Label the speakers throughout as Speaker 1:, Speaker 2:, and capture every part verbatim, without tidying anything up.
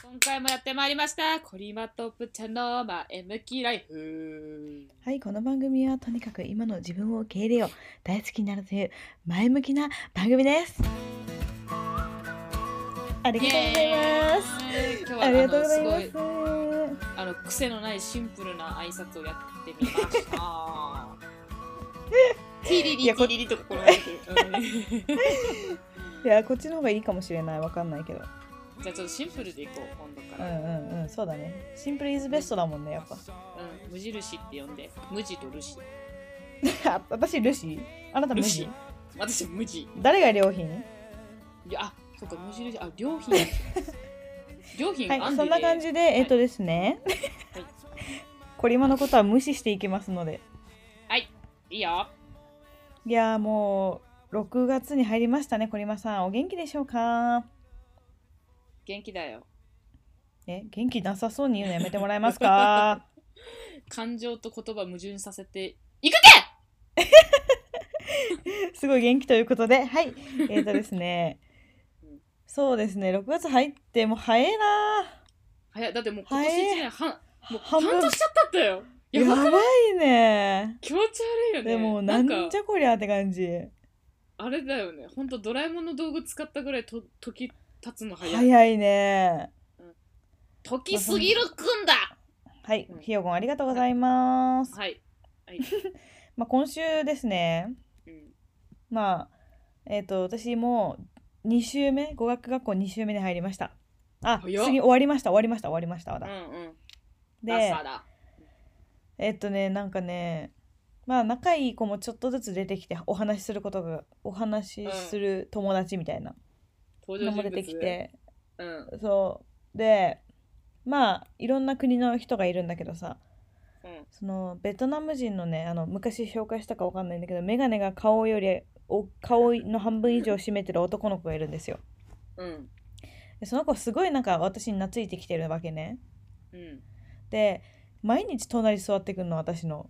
Speaker 1: 今回もやってまいりましたコリマトプちゃんの前向きライフ。
Speaker 2: はい、この番組はとにかく今の自分を受け入れよう、大好きになるという前向きな番組です。ありがとうございます。
Speaker 1: 今日は
Speaker 2: ありがとうござい
Speaker 1: あの
Speaker 2: ます。
Speaker 1: すごいあの癖のないシンプルな挨拶をやってみましたティリリティリリとかこれ
Speaker 2: いや、こっちの方がいいかもしれない、わかんないけど。
Speaker 1: じゃあちょっとシンプルでいこう今度か
Speaker 2: う
Speaker 1: ら。
Speaker 2: んうんうん、そうだね。シンプルイズベストだもんね、やっぱ。
Speaker 1: うん、無印って呼んで、無地とルシ。
Speaker 2: あ私ルシあなた無地
Speaker 1: ルシ私無地。
Speaker 2: 誰が良品
Speaker 1: いや、あ、そっか、無印、あ、良品。良品、
Speaker 2: はい、
Speaker 1: アンディ
Speaker 2: そんな感じで、えっとですね。
Speaker 1: はい
Speaker 2: コリマのことは無視していきますので。
Speaker 1: はい、いいよ。
Speaker 2: いやーもう、ろくがつに入りましたね、コリマさん。お元気でしょうか？
Speaker 1: 元気だよ。
Speaker 2: え、元気なさそうに言うのやめてもらえますか？
Speaker 1: 感情と言葉矛盾させていくけ
Speaker 2: すごい元気ということで、はい。えーとですね、
Speaker 1: うん
Speaker 2: そうですね、ろくがつ入ってもう早いな
Speaker 1: 早い、だってもう今年
Speaker 2: 早い
Speaker 1: 一年半、もう
Speaker 2: 半分
Speaker 1: 半年経ったったよ。
Speaker 2: ー。やば
Speaker 1: やばくない
Speaker 2: いね。
Speaker 1: 気持ち悪いよね。
Speaker 2: でも、
Speaker 1: な
Speaker 2: なんん
Speaker 1: か
Speaker 2: じゃこりゃって感じ。
Speaker 1: あれだよね。ほんとドラえもんの道具使ったぐらいと時経つの早い。
Speaker 2: 早いね。
Speaker 1: 時すぎるくんだ。
Speaker 2: はい
Speaker 1: うん、
Speaker 2: ひよごんありがとうございます。
Speaker 1: はい。はい。
Speaker 2: まあ今週ですね、
Speaker 1: うん。
Speaker 2: まあ、えっと、私もに週目、語学学校に週目に入りました。あ、
Speaker 1: 早っ
Speaker 2: 次終わりました、終わりました、終わりました。だ
Speaker 1: うんうん。
Speaker 2: で、
Speaker 1: 朝だ。
Speaker 2: えっとね、なんかね、まあ仲いい子もちょっとずつ出てきて、お話しすることが、お話しする友達みたいな
Speaker 1: 登場人物
Speaker 2: のも出てきて、
Speaker 1: うん。
Speaker 2: そう。で、まあ、いろんな国の人がいるんだけどさ、
Speaker 1: うん。
Speaker 2: そのベトナム人のね、あの昔紹介したかわかんないんだけど、メガネが顔よりお顔の半分以上占めてる男の子がいるんですよ。
Speaker 1: うん。
Speaker 2: でその子すごいなんか私に懐いてきてるわけね。
Speaker 1: うん。
Speaker 2: で、毎日隣座ってくんの、私の。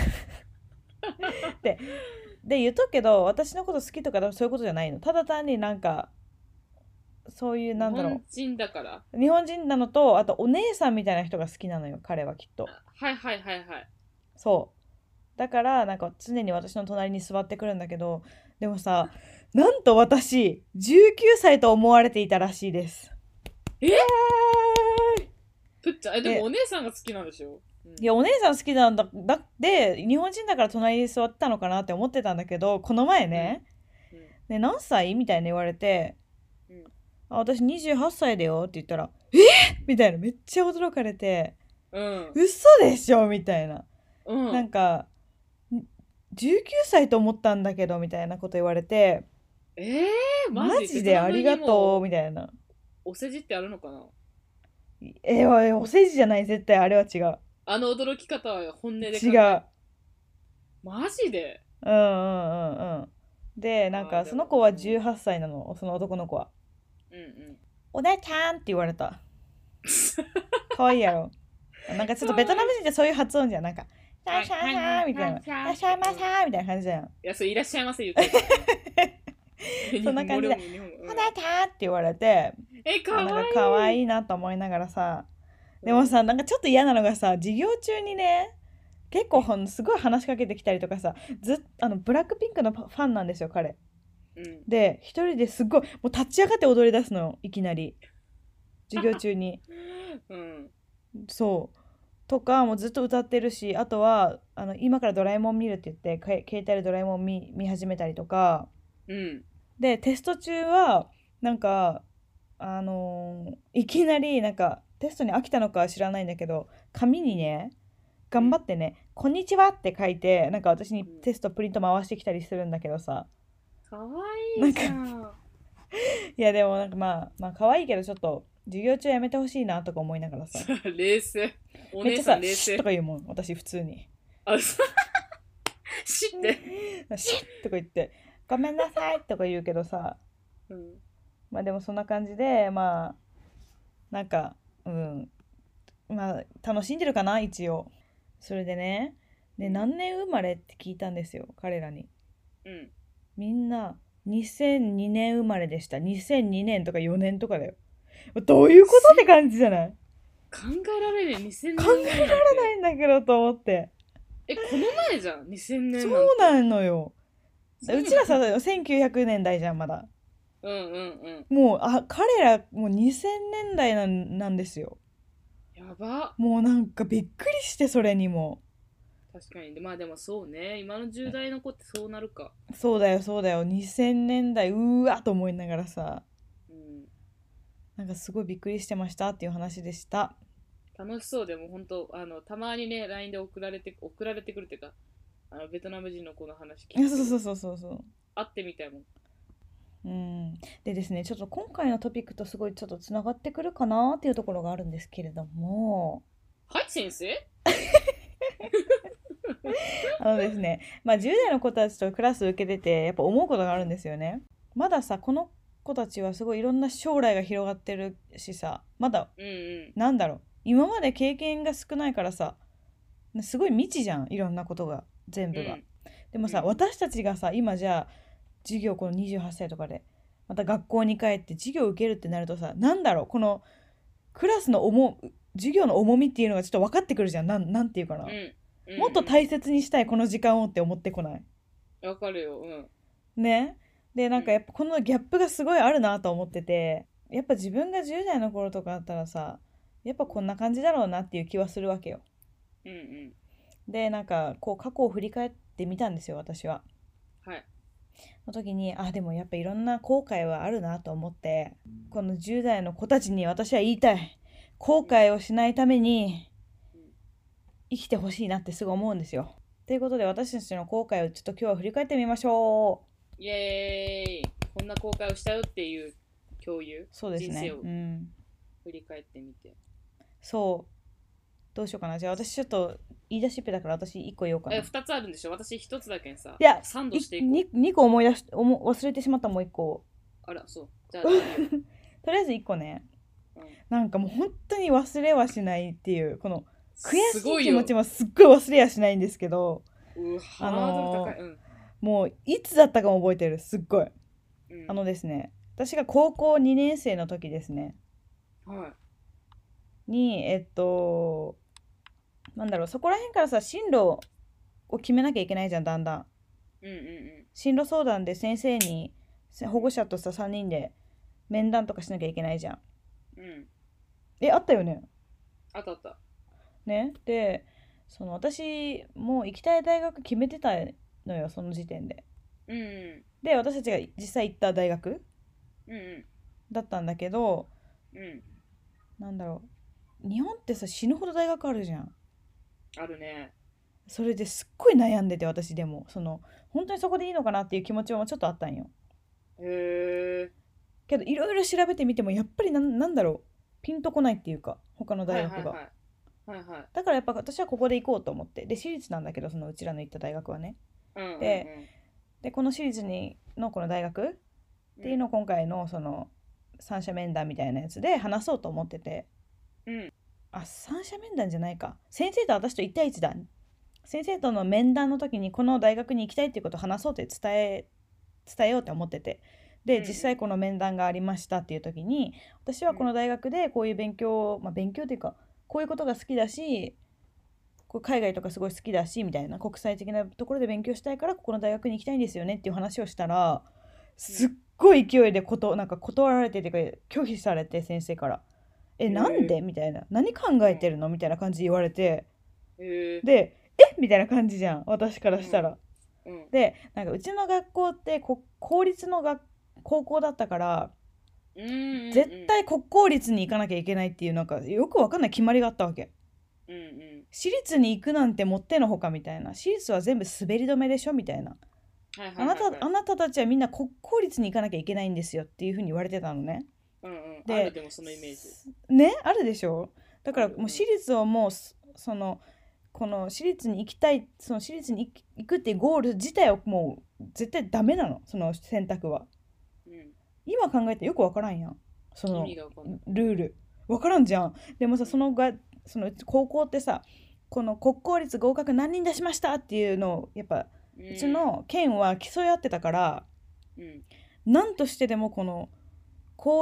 Speaker 2: で、で言うとくけど、私のこと好きとかそういうことじゃないの。ただ単になんか、そういう
Speaker 1: 日
Speaker 2: なんだろ
Speaker 1: 本人だから。
Speaker 2: う。日本人なのと、あとお姉さんみたいな人が好きなのよ、彼はきっと。
Speaker 1: はいはいはいはい。
Speaker 2: そうだからなんか常に私の隣に座ってくるんだけど、でもさ、なんと私じゅうきゅうさいと思われていたらしいです。
Speaker 1: えぷっちゃん、え、でも
Speaker 2: で
Speaker 1: お姉さんが好きなんでしょ、うん、
Speaker 2: いや、お姉さん好きなんだだって日本人だから隣に座ってたのかなって思ってたんだけど、この前ね、
Speaker 1: うんうん
Speaker 2: ね、何歳みたいに言われて、
Speaker 1: うん、
Speaker 2: あ、私にじゅうはっさいだよって言ったら、えみたいな、めっちゃ驚かれて、
Speaker 1: うん、
Speaker 2: 嘘でしょみたいな、
Speaker 1: うん、
Speaker 2: なんかじゅうきゅうさいと思ったんだけどみたいなこと言われて、
Speaker 1: えー、マ
Speaker 2: マ
Speaker 1: ジ
Speaker 2: ジでありがとうみたいな。
Speaker 1: お世辞ってあるのかな。
Speaker 2: えー、お世辞じゃない、絶対あれは違う。
Speaker 1: あの驚き方は本音で考え
Speaker 2: 違う。
Speaker 1: マジで。
Speaker 2: うんうんうんうん。で、なん
Speaker 1: あーでも
Speaker 2: かその子はじゅうはっさいなの、その男の子は。
Speaker 1: うんうん
Speaker 2: お姉ちゃんって言われた。かわいいやろ。なんかちょっとベトナム人ってそういう発音じゃん。なんか、いらっしゃいませみたいな。いらっしゃいませみたいな感じじゃん。
Speaker 1: いや、それいらっしゃいませ言ってる
Speaker 2: そんな感じで
Speaker 1: 日本語うん
Speaker 2: お姉ちゃんって言われて、
Speaker 1: え、かわいい。
Speaker 2: なんかかわいいなと思いながらさ、でもさ、なんかちょっと嫌なのがさ、授業中にね、結構ほんすごい話しかけてきたりとかさ、ずっあのブラックピンクのファンなんですよ、彼。
Speaker 1: うん、
Speaker 2: で、一人ですっごい、もう立ち上がって踊り出すのよ、いきなり。授業中に。
Speaker 1: うん、
Speaker 2: そう。とか、もうずっと歌ってるし、あとは、あの今からドラえもん見るって言って、か携帯でドラえもん見、見始めたりとか。
Speaker 1: うん、
Speaker 2: で、テスト中は、なんか、あのーいきなり、なんか、テストに飽きたのかは知らないんだけど、紙にね、頑張ってね、こんにちはって書いて、なんか私にテストプリント回してきたりするんだけどさ。
Speaker 1: かわいいじゃん。
Speaker 2: いや、でもなんかまあ、まあ可愛いけど、ちょっと、授業中やめてほしいなとか思いながらさ。
Speaker 1: 冷静。お姉
Speaker 2: めっちゃさ、
Speaker 1: さん冷静
Speaker 2: シッと。か言うもん、私普通に。
Speaker 1: あ、そう知って。
Speaker 2: シッとか言って、ごめんなさいとか言うけどさ、
Speaker 1: うん、
Speaker 2: まあでもそんな感じで、まあ、なんか、うん、まあ楽しんでるかな、一応。それでね、で、何年生まれって聞いたんですよ、彼らに。
Speaker 1: うん。
Speaker 2: みんな、にせんにねん生まれでした。にせんにねんとかよねんとかだよ。 どういうことって感じじゃない？
Speaker 1: 考えられねえ、にせんねん
Speaker 2: 考えられないんだけどと思って。
Speaker 1: え、この前じゃん、にせんねんなんて。
Speaker 2: そうなのよ。
Speaker 1: そうなの
Speaker 2: うちらさ、せんきゅうひゃくねんだいじゃん、まだ。
Speaker 1: うんうん
Speaker 2: もう、あ、彼らもうにせんねんだいなんなんですよ。
Speaker 1: うん。やば。
Speaker 2: もうなんかびっくりして、それにも。
Speaker 1: 確かに。まあでもそうね。今のじゅう代の子ってそうなるか。
Speaker 2: そうだよ、そうだよ。にせんねんだい、うーわと思いながらさ、
Speaker 1: うん。
Speaker 2: なんかすごいびっくりしてましたっていう話でした。
Speaker 1: 楽しそうでも本当あのたまにね ライン で送られて送られてくるっていうかあのベトナム人の子の話聞くけど
Speaker 2: そうそうそうそうそう。
Speaker 1: 会ってみたいもん。
Speaker 2: うん、でですね、ちょっと今回のトピックとすごいちょっとつながってくるかなっていうところがあるんですけれども、
Speaker 1: はい先生。
Speaker 2: あのですね、まあ、じゅう代の子たちとクラス受けててやっぱ思うことがあるんですよね。まださ、この子たちはすごいいろんな将来が広がってるしさ、まだ
Speaker 1: うんうん
Speaker 2: なんだろう、今まで経験が少ないからさ、すごい未知じゃん、いろんなことが全部が。
Speaker 1: うん
Speaker 2: でもさ、
Speaker 1: うん
Speaker 2: 私たちがさ今じゃあ授業このにじゅうはっさいとかでまた学校に帰って授業を受けるってなるとさ、なんだろう、このクラスの重授業の重みっていうのがちょっと分かってくるじゃん。なん、なんていうかな、
Speaker 1: うんうん
Speaker 2: もっと大切にしたいこの時間をって思ってこない？
Speaker 1: うん。わかるよ。うん
Speaker 2: ね。でな
Speaker 1: うん
Speaker 2: んかやっぱこのギャップがすごいあるなと思ってて、やっぱ自分がじゅう代の頃とかだったらさ、やっぱこんな感じだろうなっていう気はするわけよ。
Speaker 1: うんうん。
Speaker 2: でなんかこう過去を振り返ってみたんですよ、私は。
Speaker 1: はい。
Speaker 2: の時に、あでもやっぱいろんな後悔はあるなと思って、このじゅう代の子たちに私は言いたい。後悔をしないために
Speaker 1: うん
Speaker 2: 生きてほしいなってすぐ思うんですよ。ということで私たちの後悔をちょっと今日は振り返ってみましょう。
Speaker 1: イエーイ。こんな後悔をしたよっていう共有。
Speaker 2: そうですね。
Speaker 1: 人生を
Speaker 2: うん。
Speaker 1: 振り返ってみて。
Speaker 2: そう。どうしようかな。じゃあ私ちょっと言い出しっぺだから私いっこ言おうかな。
Speaker 1: え、ふたつあるんでしょ。私ひとつだけんさ。
Speaker 2: いや、
Speaker 1: サンドしていこう。
Speaker 2: ににこ思い出し思忘れてしまった、もういっこ。
Speaker 1: あら、そう。じゃあ、いいよ
Speaker 2: とりあえずいっこね。
Speaker 1: うん
Speaker 2: なんかもう本当に忘れはしないっていうこの悔しい
Speaker 1: すごいよ。
Speaker 2: 気持ちもすっごい忘れやしないんですけど、
Speaker 1: うハードル高い。うん。
Speaker 2: もういつだったかも覚えてる、すっごい。
Speaker 1: うん、
Speaker 2: あのですね、私が高校にねん生の時ですね、
Speaker 1: は
Speaker 2: にえっとなんだろう、そこら辺からさ進路を決めなきゃいけないじゃん、だんだん。
Speaker 1: い。うんうん
Speaker 2: 進路相談で先生に保護者とささんにんで面談とかしなきゃいけないじゃん。
Speaker 1: うん。うん。
Speaker 2: え、あったよね。
Speaker 1: あったあった。
Speaker 2: ね。でその私もう行きたい大学決めてたのよ、その時点で。
Speaker 1: うんうん
Speaker 2: で私たちが実際行った大学
Speaker 1: うんうん
Speaker 2: だったんだけど、
Speaker 1: うん
Speaker 2: なんだろう、日本ってさ死ぬほど大学あるじゃん。
Speaker 1: あるね。
Speaker 2: それですっごい悩んでて、私でもその本当にそこでいいのかなっていう気持ちもちょっとあったんよ。
Speaker 1: へえ。
Speaker 2: けどいろいろ調べてみてもやっぱりなん、なんだろう、ピンとこないっていうか他の
Speaker 1: は
Speaker 2: 大学が、
Speaker 1: いはいはいはいはい。
Speaker 2: だからやっぱ私はここで行こうと思って、で私立なんだけど、そのうちらの行った大学はね。
Speaker 1: うんうんうん。
Speaker 2: ででこの私立にのこの大学っていうのを今回のその三者面談みたいなやつで話そうと思ってて、
Speaker 1: うん。
Speaker 2: あ、三者面談じゃないか、先生と私といち対いちだ。先生との面談の時にこの大学に行きたいっていうことを話そうって伝え伝えようって思ってて、で
Speaker 1: うんうん
Speaker 2: 実際この面談がありましたっていう時に、私はこの大学でこういう勉強、まあ勉強っていうかこういうことが好きだし、こう海外とかすごい好きだしみたいな、国際的なところで勉強したいからここの大学に行きたいんですよねっていう話をしたら、すっごい勢いでことなんか断られててか拒否されて、先生から「えなんで?」みたいな「何考えてるの?」みたいな感じで言われて、
Speaker 1: へえ。
Speaker 2: で「えみたいな感じじゃん、私からしたら。
Speaker 1: うん
Speaker 2: でなんかうちの学校ってこ公立の学高校だったから、
Speaker 1: うんうんうん。
Speaker 2: 絶対国公立に行かなきゃいけないっていう、なんかよくわかんない決まりがあったわけ。
Speaker 1: うんうん
Speaker 2: 私立に行くなんてもってのほかみたいな、私立は全部滑り止めでしょみたいな、
Speaker 1: はいはい
Speaker 2: あなた
Speaker 1: はいはい。
Speaker 2: あなたたちはみんな国公立に行かなきゃいけないんですよっていう風に言われてたのね。
Speaker 1: うんうん。
Speaker 2: で
Speaker 1: あるでもそのイメージ。
Speaker 2: ね、あるでしょ。だから
Speaker 1: ある
Speaker 2: もう私立をもうそそのこの私立に行きたい、その私立に行き行くっていうゴール自体はもう絶対ダメなの、その選択は。
Speaker 1: うん。
Speaker 2: 今考えてよくわからんやん、そ
Speaker 1: 意
Speaker 2: の
Speaker 1: 味がわかんない。
Speaker 2: ルールわからんじゃん。でもさ、そのがその高校ってさ、この国公立合格何人出しましたっていうのをやっぱ
Speaker 1: うん
Speaker 2: うちの県は競い合ってたから、
Speaker 1: うん
Speaker 2: 何としてでもこの公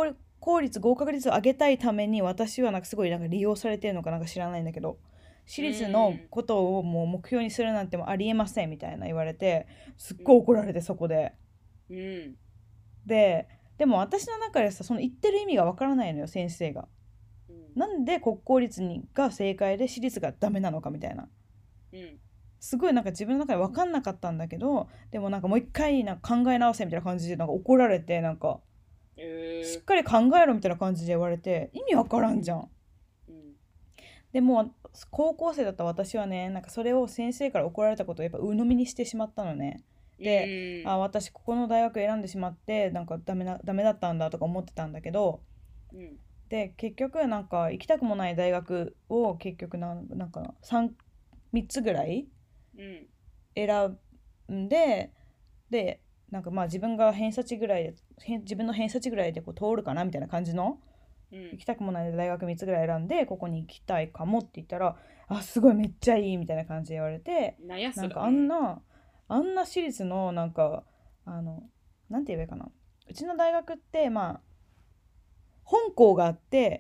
Speaker 2: 校率合格率を上げたいために私はなんかすごいなんか利用されてるのかなんか知らないんだけど、私立のことをもう目標にするなんてもありえませんみたいな言われて、すっごい怒られてそこで、
Speaker 1: うん、
Speaker 2: ででも私の中でさ、その言ってる意味がわからないのよ、先生が。
Speaker 1: うん、
Speaker 2: なんで国公立にが正解で私立がダメなのかみたいな、
Speaker 1: うん、
Speaker 2: すごいなんか自分の中で分かんなかったんだけど、でもなんかもう一回なんか考え直せみたいな感じでなんか怒られて、なんか
Speaker 1: えー、
Speaker 2: しっかり考えろみたいな感じで言われて、意味わからんじゃん。
Speaker 1: うん、
Speaker 2: でも高校生だった私はね、なんかそれを先生から怒られたことをやっぱ鵜呑みにしてしまったのね。で、
Speaker 1: うん、
Speaker 2: あ、私ここの大学選んでしまってなんかダメなダメだったんだとか思ってたんだけど、
Speaker 1: うん、
Speaker 2: で結局なんか行きたくもない大学を結局なんなんかさん、みっつぐらい
Speaker 1: うん、
Speaker 2: 選んで、でなんかまあ自分が偏差値ぐらいでへん自分の偏差値ぐらいでこう通るかなみたいな感じの、
Speaker 1: うん、
Speaker 2: 行きたくもない大学みっつぐらい選んでここに行きたいかもって言ったら、あすごいめっちゃいいみたいな感じで言われて、
Speaker 1: なんやそれ、
Speaker 2: なんかあんな、あんな私立のなんかあのなんて言えばいいかな、うちの大学ってまあ本校があって、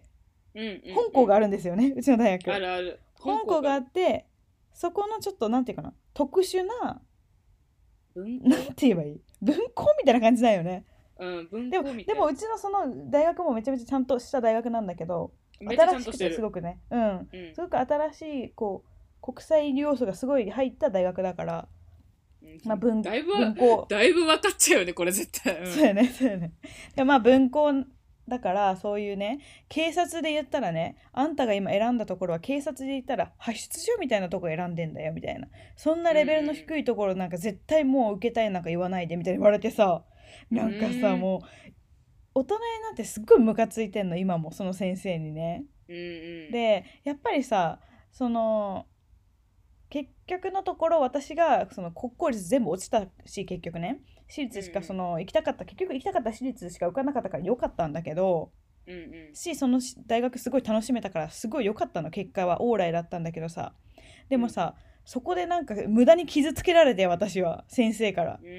Speaker 1: うん、うん、
Speaker 2: 本校があるんですよね、うちの大学。
Speaker 1: あるある、
Speaker 2: 本校があって、そこのちょっとなんていうかな、特殊な、
Speaker 1: 文
Speaker 2: なんて言えばいい、文校みたいな感じだよね。
Speaker 1: うん、文
Speaker 2: でも
Speaker 1: 庫みたいな。
Speaker 2: でもうちのその大学もめちゃめちゃちゃんとした大学なんだけど、
Speaker 1: めっちゃちゃ
Speaker 2: 新しく
Speaker 1: んとしてる。
Speaker 2: てすごくね、うん、
Speaker 1: うん、
Speaker 2: すごく新しいこう国際要素がすごい入った大学だから、
Speaker 1: うん、
Speaker 2: まあ文
Speaker 1: だいぶ
Speaker 2: 文校、
Speaker 1: だいぶ分かっちゃうよねこれ絶対、うん、
Speaker 2: そうやねそうやね。でまあ文校だから、そういうね、警察で言ったらね、あんたが今選んだところは警察で言ったら派出所みたいなとこ選んでんだよみたいな、そんなレベルの低いところなんか絶対もう受けたいなんか言わないでみたいに言われてさ、なんかさ、もう大人になってすっごいムカついてんの今もその先生にね。
Speaker 1: うん、うん、
Speaker 2: でやっぱりさ、その結局のところ私がその国公立全部落ちたし、結局ね私立しかその行きたかった、結局行きたかった私立しか受からなかったから良かったんだけど、
Speaker 1: うん、うん、
Speaker 2: しその大学すごい楽しめたからすごい良かったの、結果はオーライだったんだけどさ、でもさ、そこでなんか無駄に傷つけられて、私は先生から、
Speaker 1: うん、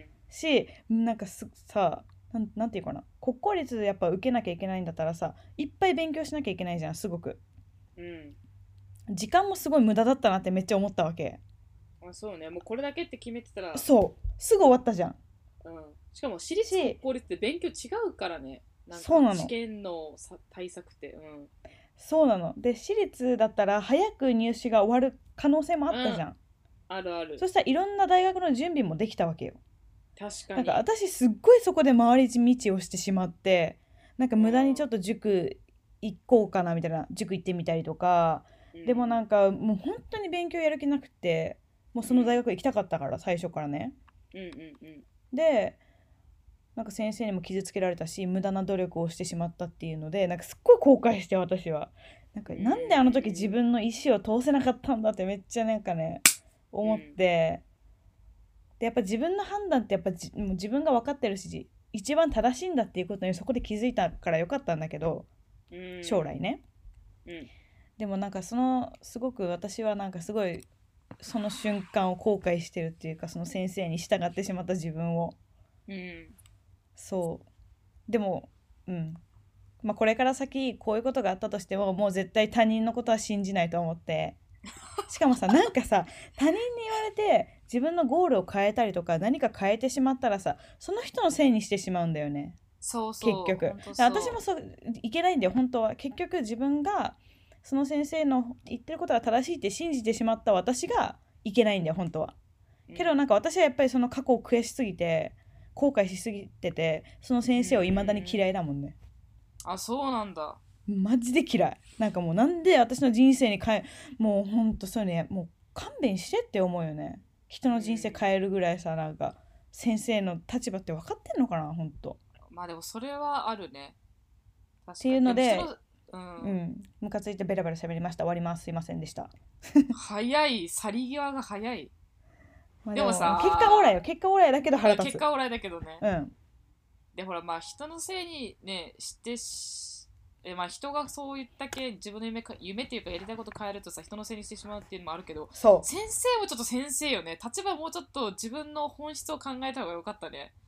Speaker 2: しなんかすさなん、なんていうかな、国公立でやっぱ受けなきゃいけないんだったらさ、いっぱい勉強しなきゃいけないじゃん、すごく。
Speaker 1: うん、
Speaker 2: 時間もすごい無駄だったなってめっちゃ思ったわけ。
Speaker 1: あ、そうね、もうこれだけって決めてたら、
Speaker 2: そうすぐ終わったじゃん。
Speaker 1: うん、しかも私立と公立って勉強違うからね、なん
Speaker 2: そうなの
Speaker 1: か試験のさ対策って、うん、
Speaker 2: そうなの。で私立だったら早く入試が終わる可能性もあったじゃん、
Speaker 1: うん、あるある、
Speaker 2: そしたらいろんな大学の準備もできたわけよ。
Speaker 1: 確かに、
Speaker 2: なんか私すっごいそこで回り道をしてしまって、なんか無駄にちょっと塾行こうかなみたいな、塾行ってみたりとか、
Speaker 1: うん、
Speaker 2: でもなんかもう本当に勉強やる気なくて、もうその大学行きたかったから最初からね。
Speaker 1: うん、うん、うん、
Speaker 2: でなんか先生にも傷つけられたし、無駄な努力をしてしまったっていうので、なんかすっごい後悔して、私はなんかなんであの時自分の意思を通せなかったんだってめっちゃなんかね思って、でやっぱ自分の判断ってやっぱじもう自分が分かってるし一番正しいんだっていうことにそこで気づいたからよかったんだけど、
Speaker 1: うん、
Speaker 2: 将来ね、
Speaker 1: うん、
Speaker 2: でもなんかそのすごく私はなんかすごいその瞬間を後悔してるっていうか、その先生に従ってしまった自分を、
Speaker 1: うん、
Speaker 2: そうでもうんまあこれから先こういうことがあったとしてももう絶対他人のことは信じないと思って、しかもさなんかさ他人に言われて自分のゴールを変えたりとか何か変えてしまったらさ、その人のせいにしてしまうんだよね、
Speaker 1: そうそう、
Speaker 2: 結局。私もそういけないんだよ本当は。結局自分がその先生の言ってることが正しいって信じてしまった私がいけないんだよ本当は。けどなんか私はやっぱりその過去を悔しすぎて後悔しすぎてて、その先生を未だに嫌いだもんね。
Speaker 1: あ、そうなんだ。
Speaker 2: マジで嫌い。なんかもうなんで私の人生に変え、もうほんとそうね、もう勘弁してって思うよね。人の人生変えるぐらいさ、なんか先生の立場って分かってんのかな、ほんと。
Speaker 1: まあでもそれはあるね。確
Speaker 2: っていうので、
Speaker 1: うん、
Speaker 2: うん、ムカついてベラベラ喋りました。終わります。すいませんでした。
Speaker 1: 早い、去り際が早い。
Speaker 2: まあ、
Speaker 1: でもさ、
Speaker 2: 結果オーライよ。結果オーライだけど腹立つ。
Speaker 1: 結果オーライだけどね。
Speaker 2: うん。
Speaker 1: でほらまあ人のせいにねしてしえまあ人がそう言ったけ自分の夢か夢っていうかやりたいこと変えるとさ人のせいにしてしまうっていうのもあるけど、
Speaker 2: そう
Speaker 1: 先生もちょっと先生よね。立場もうちょっと自分の本質を考えた方がよかったね。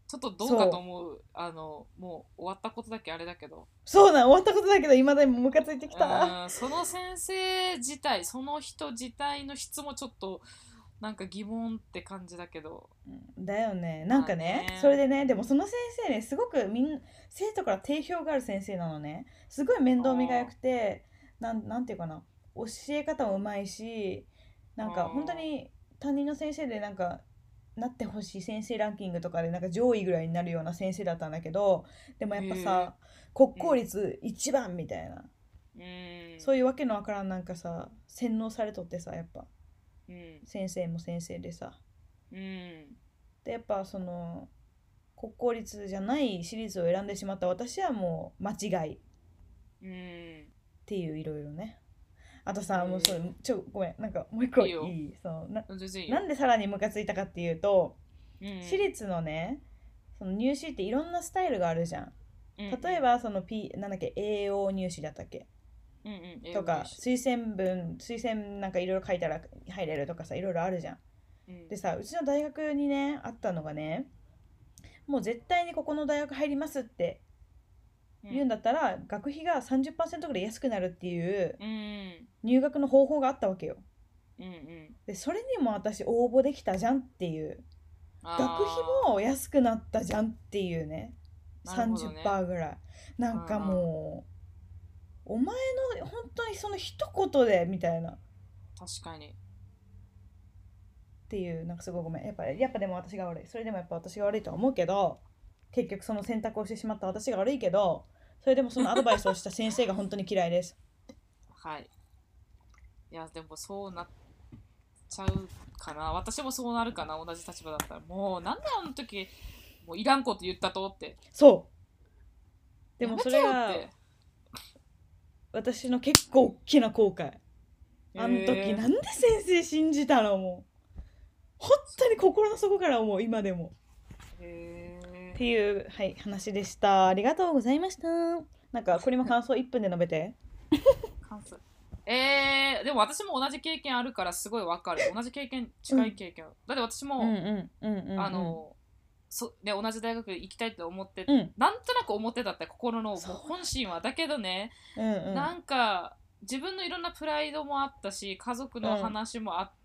Speaker 1: ちょっとどうかと思う。あのもう終わったことだけあれだけど、
Speaker 2: そうなん、終わったことだけど今でもムカついてきた。
Speaker 1: うんその先生自体、その人自体の質もちょっとなんか疑問って感じだけど、
Speaker 2: だよね。なん
Speaker 1: まあ
Speaker 2: かね、
Speaker 1: ね。
Speaker 2: それでね、でもその先生ね、すごくみん生徒から定評がある先生なのね。すごい面倒見が良くて、なん、なんていうかな、教え方もうまいし、なんか本当に担任の先生でなんかなってほしい先生ランキングとかでなんか上位ぐらいになるような先生だったんだけど、でもやっぱ
Speaker 1: へえ。
Speaker 2: さ、国公立一番みたいな、
Speaker 1: うん
Speaker 2: そういうわけのわからんなんかさ、洗脳されとってさ、やっぱ
Speaker 1: うん
Speaker 2: 先生も先生でさ。
Speaker 1: うん
Speaker 2: でやっぱその国公立じゃない私立を選んでしまった私はもう間違いっ
Speaker 1: うん
Speaker 2: ていういろいろね。あと
Speaker 1: へ
Speaker 2: さ、もうそれ
Speaker 1: え。
Speaker 2: ちょごめん、なんかもう一個い
Speaker 1: いいよ。
Speaker 2: い、そのな、
Speaker 1: 全然いいよ。
Speaker 2: なんでさらにムカついたかっていうと、私
Speaker 1: うん
Speaker 2: 立のね、その入試っていろんなスタイルがあるじゃん。
Speaker 1: うん
Speaker 2: 例えばその P なんだっけ、 エーオー 入試だったっけ
Speaker 1: うんうん英
Speaker 2: とか、
Speaker 1: 語入試。
Speaker 2: 推薦文推薦なんかいろいろ書いたら入れるとかさ、いろいろあるじゃん。
Speaker 1: うん
Speaker 2: でさ、うちの大学にねあったのがね、もう絶対にここの大学入りますって
Speaker 1: うん
Speaker 2: 言うんだったら学費がさんじゅっパーセントぐらい安くなるっていう
Speaker 1: うん
Speaker 2: 入学の方法があったわけよ。
Speaker 1: うんうん
Speaker 2: でそれにも私応募できたじゃんっていう、学費
Speaker 1: あ
Speaker 2: も安くなったじゃんっていうね、
Speaker 1: あ、なるほどね。
Speaker 2: さんじゅっパーセントぐらい、なんかもうお前の本当にその一言でみたいなっ
Speaker 1: 確かに。
Speaker 2: ていう、なんかすごいごめん、やっぱやっぱでも私が悪い、それでもやっぱ私が悪いとは思うけど、結局その選択をしてしまった私が悪いけど、それでもそのアドバイスをした先生が本当に嫌いです。
Speaker 1: はい。いや、でもそうなっちゃうかな。私もそうなるかな。同じ立場だったら。もう、なんであの時、もういらんこと言ったとって。
Speaker 2: そうでも
Speaker 1: やめてよっ
Speaker 2: それが
Speaker 1: て。
Speaker 2: 私の結構大きな後悔。あの時
Speaker 1: へえ。
Speaker 2: なんで先生信じたの、もう本当に心の底から思う今でも
Speaker 1: へえ。
Speaker 2: っていう、はい、話でした。ありがとうございました。なんかこれも感想いっぷんで述べて。
Speaker 1: 関数。えー、でも私も同じ経験あるからすごいわかる。同じ経験、近い経験。だって私も、
Speaker 2: うんうんうんうんうん、
Speaker 1: あの、そで同じ大学行きたいと思って、
Speaker 2: うん、
Speaker 1: なんとなく思ってたって心のもう
Speaker 2: そう
Speaker 1: 本心は。だけどね、
Speaker 2: うんうん
Speaker 1: なんか自分のいろんなプライドもあったし、家族の話もあって、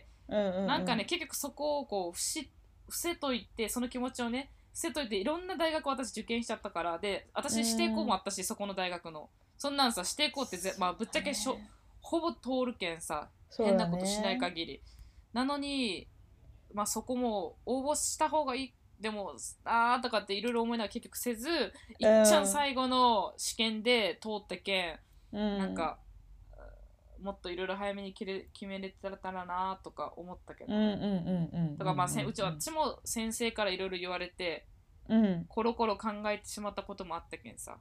Speaker 2: うんうんうん、
Speaker 1: なんかね、結局そこをこう伏し伏せといて、その気持ちをね伏せといて、いろんな大学を私受験しちゃったから。で、私指定校もあったし、そこの大学のそんなんさ、指定校ってぜ、まあ、ぶっちゃけしょほぼ通るけんさ、変なことしない限りなのに、まあ、そこも応募した方がいい、でもあーとかっていろいろ思いながら結局せず、いっちゃん最後の試験で通ったけん、うん、なんかもっといろいろ早めに決め決めれてたらなとか思ったけど、だからまあうち私も先生からいろいろ言われて、うん、コロコロ考えてしまったこともあったけんさ。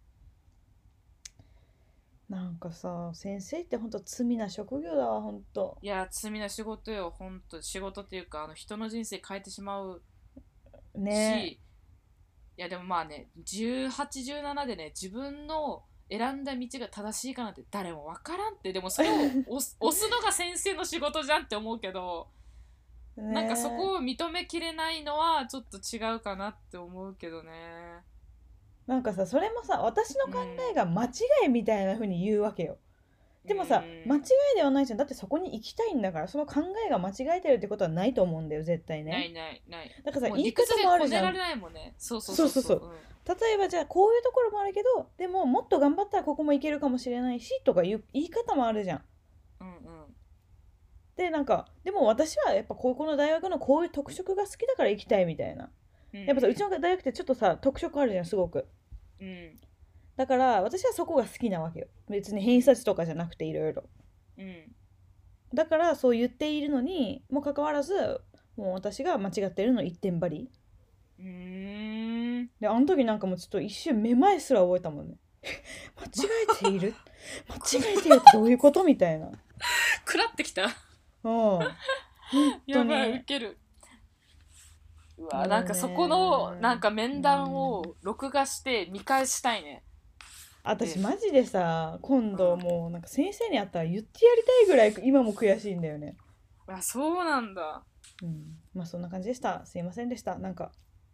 Speaker 2: なんかさ、先生ってほんと罪な職業だわ、ほんと。
Speaker 1: いや、罪な仕事よ、ほんと。仕事っていうか、あの人の人生変えてしまうし、ね、いやでもまあね、じゅうはち、じゅうななでね、自分の選んだ道が正しいかなんて誰も分からんって。でもそれを押す押すのが先生の仕事じゃんって思うけど、ね、なんかそこを認めきれないのはちょっと違うかなって思うけどね。
Speaker 2: なんかさ、それもさ、私の考えが間違いみたいな風に言うわけよ。でもさ、間違いではないじゃん。だってそこに行きたいんだから、その考えが間違えてるってことはないと思うんだよ、絶対ね。
Speaker 1: ないないない。
Speaker 2: だからさ、言い方もあるじゃん。
Speaker 1: られないもんね。そうそうそうそう。
Speaker 2: そうそうそう。例えばじゃあこういうところもあるけど、でももっと頑張ったらここもいけるかもしれないしとかいう言い方もあるじゃん。うんうん。で、なんかでも私はやっぱ高校の大学のこういう特色が好きだから行きたいみたいな。うんうん、やっぱさ、うちの大学ってちょっとさ特色あるじゃん、すごく。うん、だから私はそこが好きなわけよ。別に偏差値とかじゃなくていろいろ。うん。だからそう言っているのにもかかわらず、もう私が間違ってるの一点張り。うーん。で、あの時なんかもうちょっと一瞬めまいすら覚えたもんね。間違えている間違えてるってどういうことみたいな。
Speaker 1: 食らってきた。
Speaker 2: うん。
Speaker 1: やばい、ウケる。うわ、なんかそこのなんか面談を録画して見返したいね。
Speaker 2: 私マジでさ、今度もうなんか先生に会ったら言ってやりたいぐらい今も悔しいんだよね。
Speaker 1: あ、そうなんだ。
Speaker 2: うん、まあそんな感じでした。すいませんでした。なんか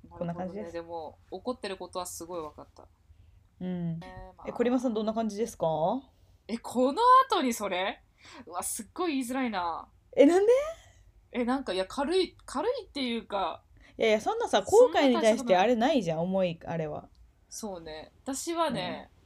Speaker 2: こんな
Speaker 1: なるほどね。
Speaker 2: 感じです。
Speaker 1: でも怒ってることはすごい分かった。
Speaker 2: うん。
Speaker 1: えー、ま
Speaker 2: え、コリマさんどん
Speaker 1: あ
Speaker 2: な感じですか？
Speaker 1: えこの後にそれ、うわすっごい言いづらいな。
Speaker 2: え、なんで？
Speaker 1: えなんかいや軽い軽いっていうか、
Speaker 2: いやいや、そんなさ、後
Speaker 1: そんな
Speaker 2: 悔に
Speaker 1: 大したことない。
Speaker 2: 対してあれないじゃん、重い、あれは。
Speaker 1: そうね、私は
Speaker 2: うん。
Speaker 1: ね、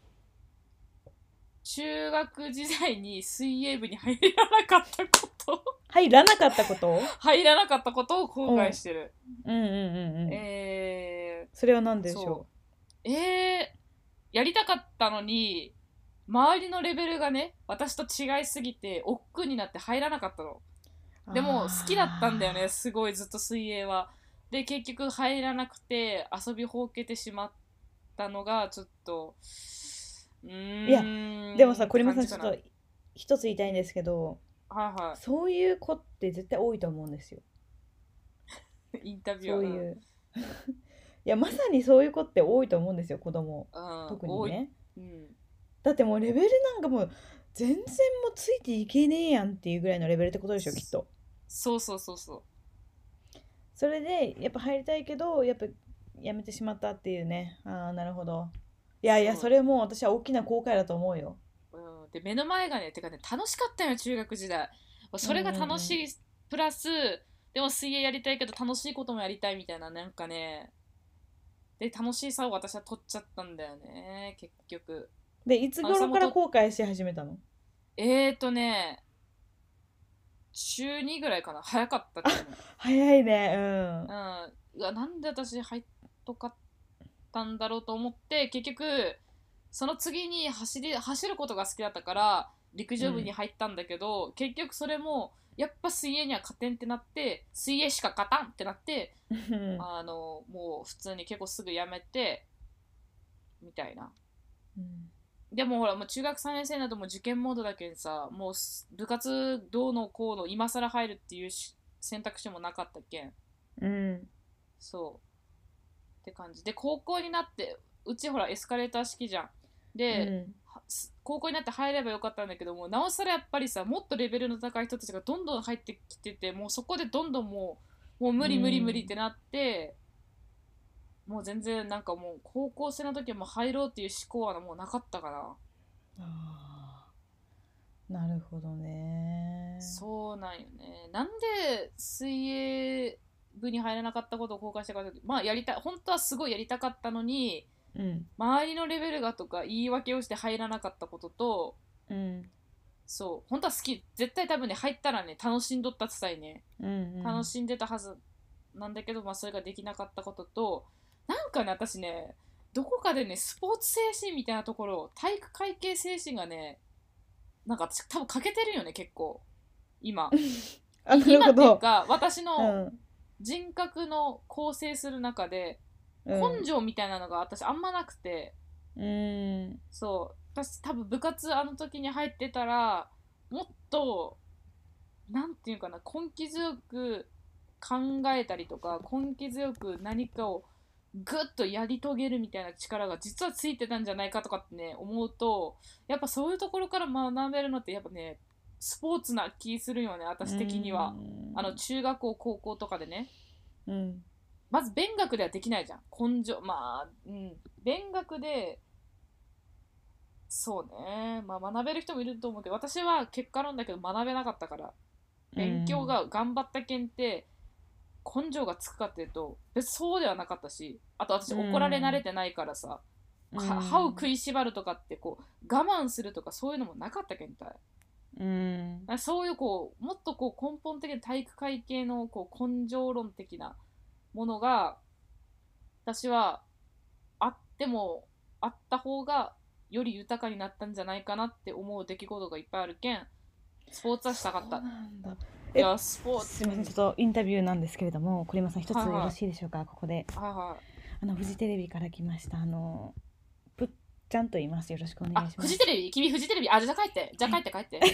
Speaker 1: 中学時代に水泳部に入らなかったこと
Speaker 2: 入らなかったこと？
Speaker 1: 入らなかったことを後
Speaker 2: うん。うん
Speaker 1: 悔してる。
Speaker 2: うんうんうん。
Speaker 1: え
Speaker 2: それは何
Speaker 1: ー、
Speaker 2: でしょ
Speaker 1: そうえー、やりたかったのに周りのレベルがね私と違いすぎて億劫になって入らなかったの。
Speaker 2: う？
Speaker 1: でも好きだったんだよね、
Speaker 2: あ
Speaker 1: すごいずっと水泳は。で結局入らなくて遊びほうけてしまったのがちょっとう
Speaker 2: ー。いや、でもさ、
Speaker 1: ーんって
Speaker 2: コリマ
Speaker 1: 感じかな。
Speaker 2: さんちょっと一つ言いたいんですけど、
Speaker 1: はいは
Speaker 2: そういう子って絶対多いと思うんですよ。
Speaker 1: いインタビュアー、うん、
Speaker 2: そういう。いや、まさにそういう子って多いと思うんですよ、子供。
Speaker 1: うん、多い、
Speaker 2: 特にね。
Speaker 1: うん、
Speaker 2: だってもうレベルなんかもう全然もうついていけねえやんっていうぐらいのレベルってことでしょ、きっと。
Speaker 1: そうそうそうそ
Speaker 2: それでやっぱ入りたいけどやっぱやめてしまったっていうね。ああ、なるほど。いやいや、
Speaker 1: うそ
Speaker 2: それも私は大きな後悔だと思うよ。
Speaker 1: う、うん、で目の前がねてかね楽しかったよ中学時代。
Speaker 2: うんう
Speaker 1: それが楽し
Speaker 2: ん
Speaker 1: いプラスでも水泳やりたいけど楽しいこともやりたいみたいな、なんかね、で楽しさを私は取っちゃったんだよね結局。
Speaker 2: うん。で、いつ頃から
Speaker 1: あさもと
Speaker 2: 後悔し始めたの？
Speaker 1: えーとね中にぐらいかな、早かったけん。
Speaker 2: 早いね。
Speaker 1: うん、うわなんで私入っとかったんだろうと思って結局その次に走り走ることが好きだったから陸
Speaker 2: うん。うん。
Speaker 1: 上部に入ったんだけど結局それもやっぱ水泳には勝てんってなって水泳しか勝たんってなって、
Speaker 2: うん
Speaker 1: あのもう普通に結構すぐやめてみたいな。でもほらもう中学さんねん生になるともう受験モードだけんさ、もう部活どうのこうの今更入るっていう選択肢もなかったけん。
Speaker 2: うん。
Speaker 1: そうって感じで高校になってうちほらエスカレーター式じゃん。で
Speaker 2: うん。
Speaker 1: 高校になって入ればよかったんだけどもなおさらやっぱりさもっとレベルの高い人たちがどんどん入ってきててもうそこでどんどんもうもう無
Speaker 2: う
Speaker 1: 理無理無理っ
Speaker 2: ん。
Speaker 1: てなってもう全然なんかもう高校生の時はもう入ろうっていう思考はもうなかったかな。
Speaker 2: ああ、なるほどね。
Speaker 1: そうなんよね。なんで水泳部に入らなかったことを後悔したかというと、まあやりたい、本当はすごいやりたかったのに、
Speaker 2: うん。
Speaker 1: 周りのレベルがとか言い訳をして入らなかったことと、
Speaker 2: うん。
Speaker 1: そう、本当は好き、絶対多分ね、入ったらね、楽しんどったってさえね、
Speaker 2: うん。
Speaker 1: 楽しんでたはずなんだけど、まあそれができなかったことと、なんかね、私ね、どこかでね、スポーツ精神みたいなところ、体育会系精神がね、なんか私多分欠けてるよね、結構、今。
Speaker 2: あ、なる
Speaker 1: 今っていう
Speaker 2: ほど。
Speaker 1: か私
Speaker 2: う
Speaker 1: の
Speaker 2: ん。
Speaker 1: 人格の構成する中で
Speaker 2: うん。
Speaker 1: 根性みたいなのが私あんまなくて、
Speaker 2: うん。
Speaker 1: そう私多分部活あの時に入ってたらもっとなんていうかな根気強く考えたりとか根気強く何かをぐっとやり遂げるみたいな力が実はついてたんじゃないかとかってね思うと、やっぱそういうところから学べるのってやっぱねスポーツな気するよね
Speaker 2: う
Speaker 1: 私的には。あの
Speaker 2: ん。
Speaker 1: 中学校高校とかでね、
Speaker 2: うん。
Speaker 1: まず勉学ではできないじゃん根性、まあうん勉学でそうね、まあ学べる人もいると思うけど私は結果論だけど学べなかったから、
Speaker 2: う
Speaker 1: 勉強
Speaker 2: ん。
Speaker 1: が頑張ったけんって根性がつくかっていうと別にそうではなかったし、あと私
Speaker 2: う
Speaker 1: 怒られ慣れ
Speaker 2: ん。
Speaker 1: てないからさ、
Speaker 2: う
Speaker 1: か歯を食
Speaker 2: ん。
Speaker 1: いしばるとかってこう我慢するとかそういうのもなかったけんたい。
Speaker 2: うん。
Speaker 1: そういうこうもっとこう根本的な体育会系のこう根性論的なものが私はあってもあった方がより豊かになったんじゃないかなって思う出来事がいっぱいあるけんスポーツはしたかった。
Speaker 2: そうなんだ。え、
Speaker 1: いやスポーツ、
Speaker 2: すいません。ちょっ
Speaker 1: うん、
Speaker 2: とインタビューなんですけれども、栗山さん一つよろ
Speaker 1: はいは
Speaker 2: しいでしょうか、ここで。
Speaker 1: いはいはい。
Speaker 2: あの、フジテレビから来ました。あの、ぷっちゃんと言います。よろしくお願い
Speaker 1: あ
Speaker 2: します。
Speaker 1: フジテレビ、君フジテレビ、あじゃあ帰ってじゃあ
Speaker 2: はい。
Speaker 1: 帰って帰って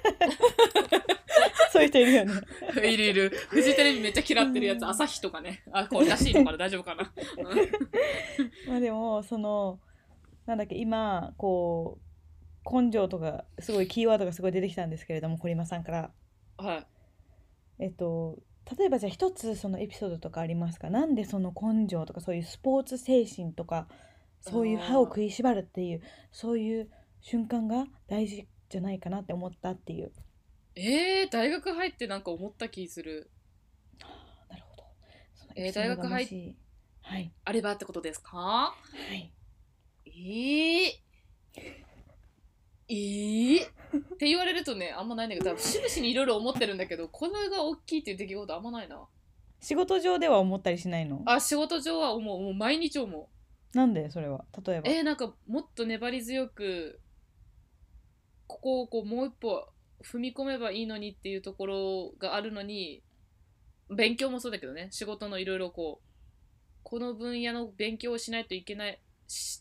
Speaker 2: そういう人いるよね。
Speaker 1: いるいる。フジテレビめっちゃ嫌
Speaker 2: う
Speaker 1: ってるやつ、朝
Speaker 2: ん。
Speaker 1: 日とかね。あ、これらしいのかな大丈夫かな
Speaker 2: まあでも、その、なんだっけ、今、こう、根性とか、すごいキーワードがすごい出てきたんですけれども、堀間さんから。
Speaker 1: はい。
Speaker 2: えっと、 例えばじゃあ一つそのエピソードとかありますか？なんでその根性とかそういうスポーツ精神とかそういう歯を
Speaker 1: あ
Speaker 2: 食いしばるっていうそういう瞬間が大事じゃないかなって思ったっていう。
Speaker 1: えー、大学入ってなんか思った気する。
Speaker 2: なるほど。そのエ
Speaker 1: えー、
Speaker 2: ピソードが
Speaker 1: 大学入っ
Speaker 2: もし、はい
Speaker 1: あればってことですか？
Speaker 2: はい
Speaker 1: えー、えー、って言われるとね、あんまないんだけど、多分節々にいろいろ思ってるんだけど、これが大きいっていう出来事あんまないな。
Speaker 2: 仕事上では思ったりしないの？
Speaker 1: あ、仕事上は思う、もう毎日思う。
Speaker 2: なんでそれは例えば。
Speaker 1: えー、なんかもっと粘り強く、ここをこうもう一歩踏み込めばいいのにっていうところがあるのに、勉強もそうだけどね、仕事のいろいろこう、この分野の勉強をしないといけない、して、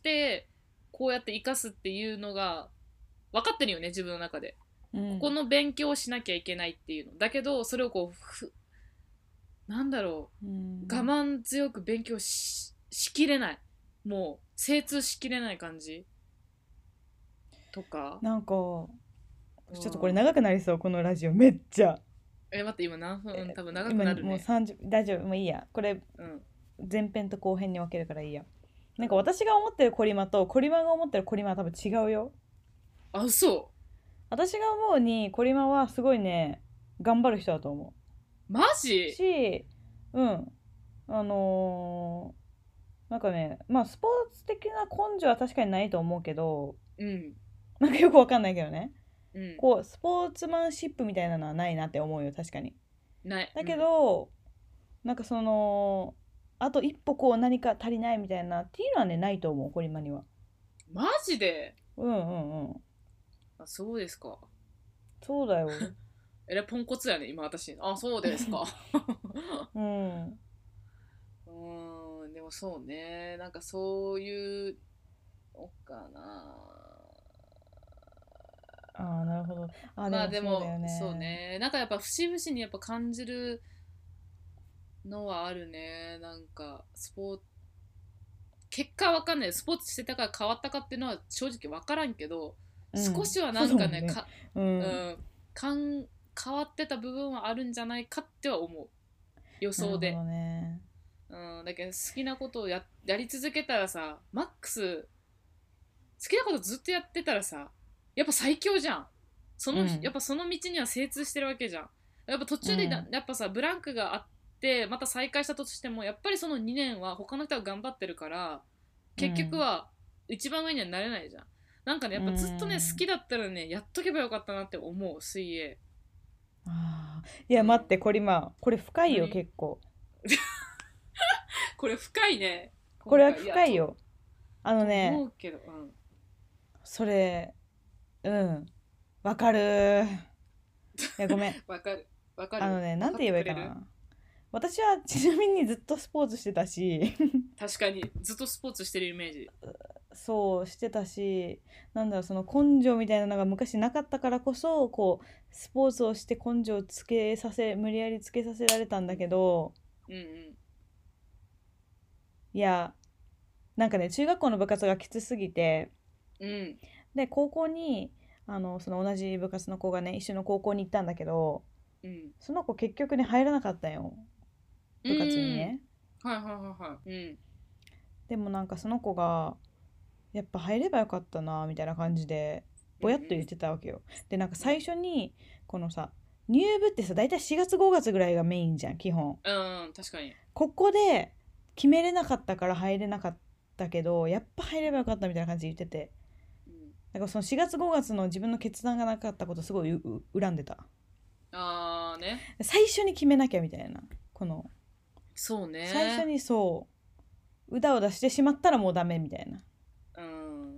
Speaker 1: こうやって生かすっていうのが分かってるよね、自分の中で。ここ
Speaker 2: うん
Speaker 1: の勉強をしなきゃいけないっていうの。だけど、それをこう、ふなんだろ
Speaker 2: う
Speaker 1: う、我
Speaker 2: ん
Speaker 1: 慢強く勉強し、しきれない。もう、精通しきれない感じとか。
Speaker 2: なんかちょ
Speaker 1: う
Speaker 2: っとこれ
Speaker 1: ん。
Speaker 2: 長くなりそうこのラジオめっちゃ。
Speaker 1: え、待って、今何分？多分長く
Speaker 2: 今もう
Speaker 1: なるね。
Speaker 2: さんじゅう大丈夫もういいやこれ
Speaker 1: うん。
Speaker 2: 前編と後編に分けるからいいや。なんか
Speaker 1: うん。
Speaker 2: 私が思ってるコリマとコリマが思ってるコリマは多分違うよ。
Speaker 1: あ、そ
Speaker 2: 私が思うにコリマはすごいね頑張る人だと思
Speaker 1: う。マ
Speaker 2: う
Speaker 1: ジ？
Speaker 2: し、うんあのーなんかねまあスポーツ的な根性は確かにないと思うけど、
Speaker 1: うん。
Speaker 2: なんかよくわかんないけどね、
Speaker 1: うん。
Speaker 2: こうスポーツマンシップみたいなのはないなって思うよ確かに。
Speaker 1: ない。
Speaker 2: だけ
Speaker 1: うん。
Speaker 2: どなんかそのあと一歩こう何か足りないみたいなっていうのはねないと思うコリマには。
Speaker 1: マジで？
Speaker 2: うんうんうん。
Speaker 1: あ、そうですか。
Speaker 2: そうだよ。
Speaker 1: えらいポンコツやね、今私。あ、そうですか。
Speaker 2: うん。
Speaker 1: うーん、でもそうね。なんかそういうのかな。
Speaker 2: ああ、なるほど。ああ、で
Speaker 1: まあ
Speaker 2: もそうだよ
Speaker 1: でも、そう
Speaker 2: ね。
Speaker 1: ね。なんかやっぱ節々にやっぱ感じるのはあるね。なんか、スポーツ、結果はわかんない。スポーツしてたから変わったかっていうのは正直わからんけど、
Speaker 2: うん。
Speaker 1: 少しは
Speaker 2: そ
Speaker 1: なんかね、
Speaker 2: うだもんね。
Speaker 1: か、
Speaker 2: うん。
Speaker 1: うん、かん、変わってた部分はあるんじゃないかっては思う。予想で。
Speaker 2: なるほどね。
Speaker 1: うん、だけど好きなことをや、やり続けたらさ、マックス、好きなことずっとやってたらさ、やっぱ最強じゃん。その、や
Speaker 2: うん。
Speaker 1: っぱその道には精通してるわけじゃん。やっぱ途中でな
Speaker 2: うん。
Speaker 1: やっぱさ、ブランクがあって、また再開したとしても、やっぱりそのにねんは他の人が頑張ってるから、結局
Speaker 2: うん。
Speaker 1: は一番上にはなれないじゃん。なんかね、や
Speaker 2: う
Speaker 1: っぱずっとね、好
Speaker 2: ん。
Speaker 1: きだったらね、やっとけばよかったなって思う、水泳。
Speaker 2: ああ。いや、待
Speaker 1: うん。
Speaker 2: って、これ今、これ深いよ、
Speaker 1: 何？
Speaker 2: 結構。
Speaker 1: これ深いね、
Speaker 2: これは
Speaker 1: 今回。いや、と、
Speaker 2: 深いよ。あの
Speaker 1: と思
Speaker 2: ね、
Speaker 1: うけど、うん。
Speaker 2: それ、うん。わかるー。いや、ごめん。
Speaker 1: わかる。わかる。
Speaker 2: あのね、な
Speaker 1: わかっ
Speaker 2: んて言えばいい
Speaker 1: てくれる？
Speaker 2: かな。私はちなみにずっとスポーツしてたし、
Speaker 1: 確かに、ずっとスポーツしてるイメージ。
Speaker 2: そうしてたし、なんだろう、その根性みたいなのが昔なかったからこそこうスポーツをして根性をつけさせ無理やりつけさせられたんだけど、
Speaker 1: うんうん
Speaker 2: いやなんかね中学校の部活がきつすぎて、
Speaker 1: うん
Speaker 2: で高校にあのその同じ部活の子がね一緒の高校に行ったんだけど、
Speaker 1: うん
Speaker 2: その子結局ね入らなかったんよ、
Speaker 1: う
Speaker 2: 部活に
Speaker 1: ん。
Speaker 2: ね。
Speaker 1: はいはいはいはい。うん
Speaker 2: でもなんかその子がやっぱ入ればよかったなみたいな感じでぼやっと言っ
Speaker 1: うん
Speaker 2: てたわけよ。でなんか最
Speaker 1: うん
Speaker 2: 初にこのさ入部ってさ大体しがつごがつぐらいがメインじゃん基本。
Speaker 1: うん、確かに。
Speaker 2: ここで決めれなかったから入れなかったけどやっぱ入ればよかったみたいな感じで言ってて、
Speaker 1: うん
Speaker 2: だからそのしがつごがつの自分の決断がなかったことすごいうう恨んでた。
Speaker 1: あーね。
Speaker 2: 最初に決めなきゃみたいな、この
Speaker 1: そう
Speaker 2: 最初
Speaker 1: ね。
Speaker 2: にそううだうだしてしまったらもうダメみたいな。
Speaker 1: うん。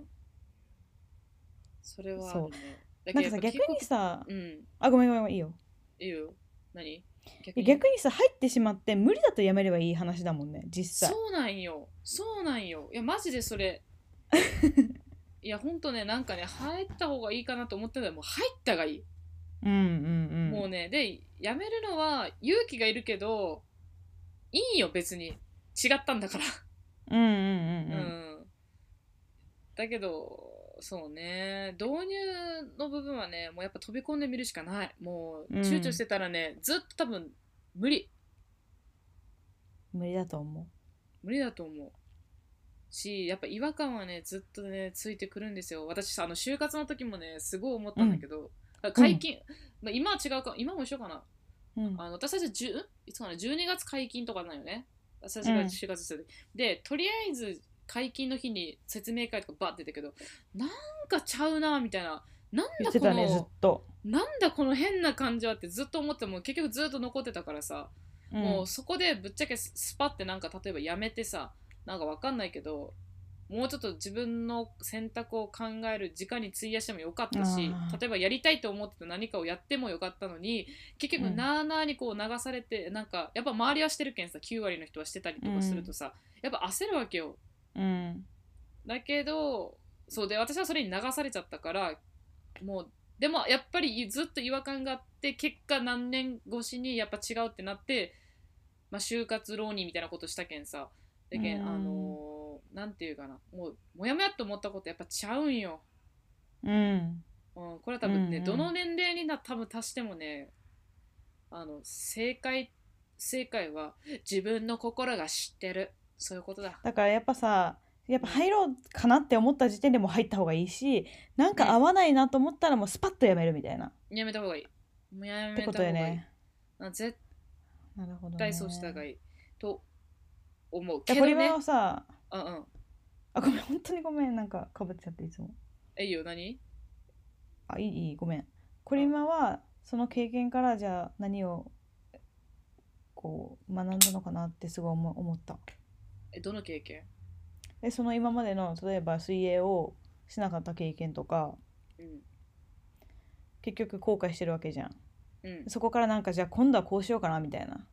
Speaker 1: それはあ
Speaker 2: そ
Speaker 1: るね。だけどやっ
Speaker 2: うなんかさ逆
Speaker 1: ぱ結構、
Speaker 2: にさ、
Speaker 1: うん。
Speaker 2: あごめんごめんごめんいいよ。
Speaker 1: いいよ。何？逆に？
Speaker 2: 逆にさ入ってしまって無理だとやめればいい話だもんね実際。
Speaker 1: そうなんよ。そうなんよ。いや、マジでそれ。いや、ほんとね、なんかね、入った方がいいかなと思ってたら、もう入ったがいい。
Speaker 2: うんうん
Speaker 1: もうね、で、やめるのは勇気がいるけど、いいよ、別に。違ったんだから。
Speaker 2: うんうんうん
Speaker 1: う
Speaker 2: うん
Speaker 1: ん。だけど、そうね、導入の部分はね、もうやっぱ飛び込んでみるしかない。もう、
Speaker 2: うんうん
Speaker 1: 躊躇してたらね、ずっと多分、無理。
Speaker 2: 無理だと思
Speaker 1: 無理だと思うし、やっぱ違和感はねずっとねついてくるんですよ。私さ、あの就活の時もねすごい思ったんだけど、
Speaker 2: う。う
Speaker 1: 解
Speaker 2: ん。
Speaker 1: 禁、まあ、今は違うか、今も一緒かな。
Speaker 2: うん。
Speaker 1: あの私たちじゅういつかなじゅうにがつ解禁とかなんよね。私たちが就活してる、でとりあえず解禁の日に説明会とかバッて出たけど、なんかちゃうなみたいな、なん
Speaker 2: 言っ
Speaker 1: だこの、
Speaker 2: てたね、ずっと。
Speaker 1: なんだこの変な感じはってずっと思っても結局ずっと残ってたからさ、
Speaker 2: うん。
Speaker 1: もうそこでぶっちゃけスパってなんか例えばやめてさ、なんかわかんないけどもうちょっと自分の選択を考える時間に費やしてもよかったし、
Speaker 2: あ
Speaker 1: 例えばやりたいと思ってた何かをやってもよかったのに、結局
Speaker 2: うん
Speaker 1: なあなあにこう流されて、なんかやっぱ周りはしてるけんさ、きゅう割の人はしてたりとかするとさ、やっぱ焦るわけよ。
Speaker 2: ーうん
Speaker 1: だけどそうで、私はそれに流されちゃったから、もうでもやっぱりずっと違和感があって、結果何年越しにやっぱ違うってなって、まあ、就活浪人みたいなことしたけんさ、だけん、
Speaker 2: うん
Speaker 1: あのーなんていうかな、もうもやもやっと思ったことやっぱちゃうんよ。
Speaker 2: うん
Speaker 1: うん、これは多分ね、
Speaker 2: うんうん
Speaker 1: どの年齢にな多分足してもね、あの正解正解は自分の心が知ってる、そういうことだ。
Speaker 2: だからやっぱさ、やっぱ入ろうかなって思った時点でもう入った方がいいし、なんか合わないなと思ったらもうスパッとやめるみたいな、っ
Speaker 1: やめた方がいい。もうやめ
Speaker 2: てこと
Speaker 1: た方がいい。
Speaker 2: よね。
Speaker 1: あ絶
Speaker 2: なるほどね。
Speaker 1: 対そうした方がいいと思う
Speaker 2: じゃあこれ
Speaker 1: けどね。
Speaker 2: はさ、
Speaker 1: うんうん。
Speaker 2: あ、ごめん、本当にごめん、なんかかぶっちゃっていつも。
Speaker 1: えいいよ、何？
Speaker 2: あ、いいいい、ごめん。これ今はその経験からじゃあ何をこう学んだのかなってすごい思思った。
Speaker 1: え、どの経験？
Speaker 2: で、その今までの例えば水泳をしなかった経験とか、
Speaker 1: うん
Speaker 2: 結局後悔してるわけじゃん。
Speaker 1: うん。
Speaker 2: そこからなんかじゃあ今度はこうしようかなみたいな。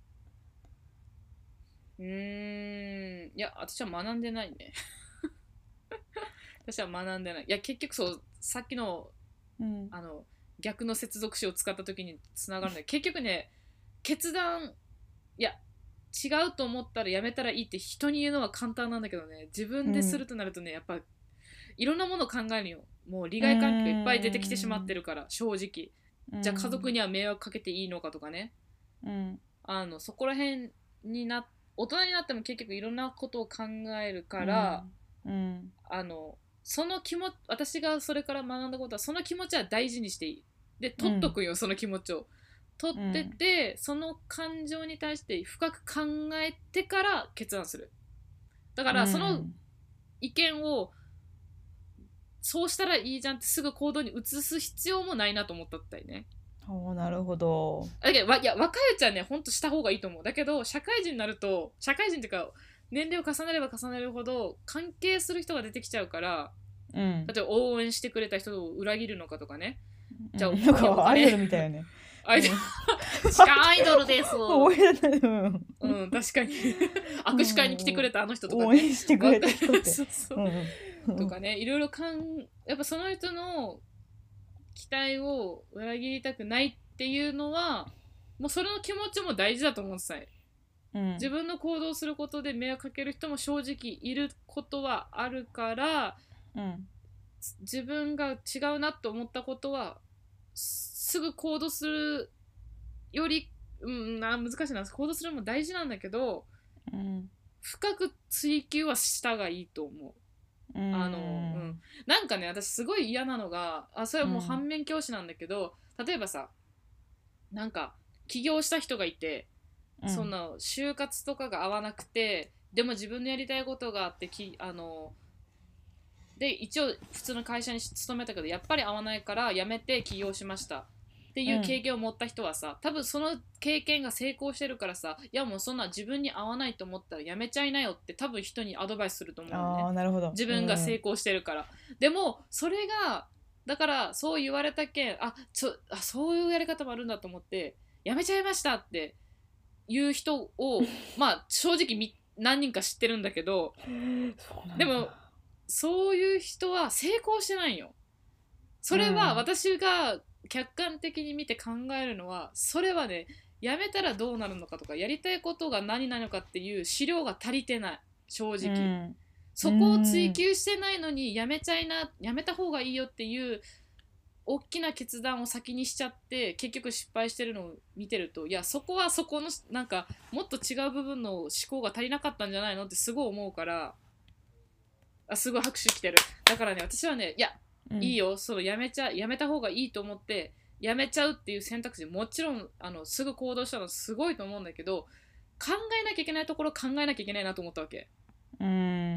Speaker 1: うーん、いや、私は学んでないね。私は学んでない。いや、結局そう、さっきの、
Speaker 2: うん
Speaker 1: あの、逆の接続詞を使った時につながるんだけど、結局ね、決断、いや、違うと思ったらやめたらいいって人に言うのは簡単なんだけどね、自分でするとなるとね、やっぱ、いろんなものを考えるよ。もう利害関係がいっぱい出てきてしまってるから、正直。じゃあ家族には迷惑かけていいのかとかね。
Speaker 2: うん、
Speaker 1: あの、そこら辺にな、大人になっても結局いろんなことを考えるから、
Speaker 2: うんうん
Speaker 1: あの、その気持ち、私がそれから学んだことは、その気持ちは大事にしていい。で、取っとくよ、その気持ちを。取ってて、その感情に対して深く考えてから決断する。だから、その意見を、そうしたらいいじゃんってすぐ行動に移す必要もないなと思ったったりね。
Speaker 2: おー、なるほど。
Speaker 1: だけどわいや若いうちはね、ほんとした方がいいと思う。だけど社会人になると、社会人っていうか年齢を重ねれば重ねるほど関係する人が出てきちゃうから、
Speaker 2: うん、
Speaker 1: 例えば応援してくれた人を裏切るのかとかね。
Speaker 2: じゃあ、うん、なんかアイドルみたいよね。
Speaker 1: アイドル、地下アイドルです
Speaker 2: 応援だね、うん、
Speaker 1: うん、確かに握手会に来てくれたあの人とか、ね、
Speaker 2: 応援してくれた人って
Speaker 1: そうそう、うん、とかね、いろいろかんやっぱその人の期待を裏切りたくないっていうのはもうそれの気持ちも大事だと思ってたい、うん、自分の行動することで迷惑かける人も正直いることはあるから、うん、自分が違うなと思ったことはすぐ行動するより、うん、な難しいな、行動するのも大事なんだけど、うん、深く追求はしたがいいと思う。あの、うん、なんかね、私すごい嫌なのが、あ、それはもう反面教師なんだけど、うん、例えばさ、なんか起業した人がいて、うん、その就活とかが合わなくて、でも自分のやりたいことがあってきあので一応普通の会社に勤めたけどやっぱり合わないから辞めて起業しましたっていう経験を持った人はさ、うん、多分その経験が成功してるからさ、いやもうそんな自分に合わないと思ったら辞めちゃいなよって多分人にアドバイスすると思うのね。
Speaker 2: あ、なるほど。
Speaker 1: 自分が成功してるから、うん、でもそれがだからそう言われたけん、あちょあそういうやり方もあるんだと思って辞めちゃいましたっていう人をまあ正直み何人か知ってるんだけどでもそういう人は成功してないよ。それは私が客観的に見て考えるのは、それはね、やめたらどうなるのかとかやりたいことが何なのかっていう資料が足りてない、正直、うん、そこを追求してないのにやめちゃいな、やめた方がいいよっていう大きな決断を先にしちゃって結局失敗してるのを見てると、いやそこはそこのなんかもっと違う部分の思考が足りなかったんじゃないのってすごい思うから、あすごい拍手来てる。だからね私はねいや、
Speaker 2: うん、
Speaker 1: いいよそのやめちゃやめた方がいいと思ってやめちゃうっていう選択肢もちろんあのすぐ行動したのすごいと思うんだけど、考えなきゃいけないところ考えなきゃいけないなと思ったわけ。
Speaker 2: うん、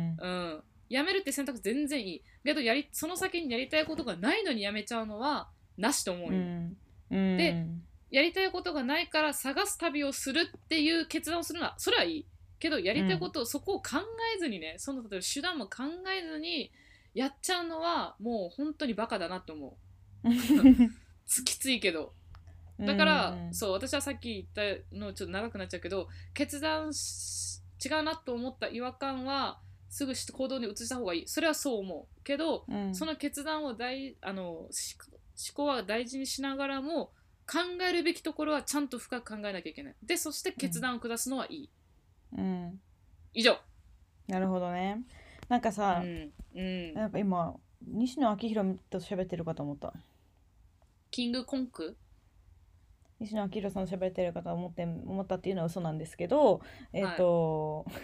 Speaker 1: うん、やめるって選択全然いいけどやりその先にやりたいことがないのにやめちゃうのはなしと思うよ、
Speaker 2: うんうん、
Speaker 1: でやりたいことがないから探す旅をするっていう決断をするのはそれはいいけど、やりたいことをそこを考えずにね、その例えば手段も考えずにやっちゃうのはもう本当にバカだなと思うきついけど、だから、うん、そう私はさっき言ったのちょっと長くなっちゃうけど、決断し違うなと思った違和感はすぐ行動に移した方がいい、それはそう思うけど、うん、その決断を大あの思考は大事にしながらも考えるべきところはちゃんと深く考えなきゃいけない。でそして決断を下すのはいい、
Speaker 2: うん、
Speaker 1: 以上。
Speaker 2: なるほどね。なんかさ、
Speaker 1: うんうん、
Speaker 2: なんか今西野昭弘と喋ってるかと思った。
Speaker 1: キングコンク
Speaker 2: 西野昭弘さんと喋ってるかと思って思ったっていうのは嘘なんですけど、えっ、ー、と、はい、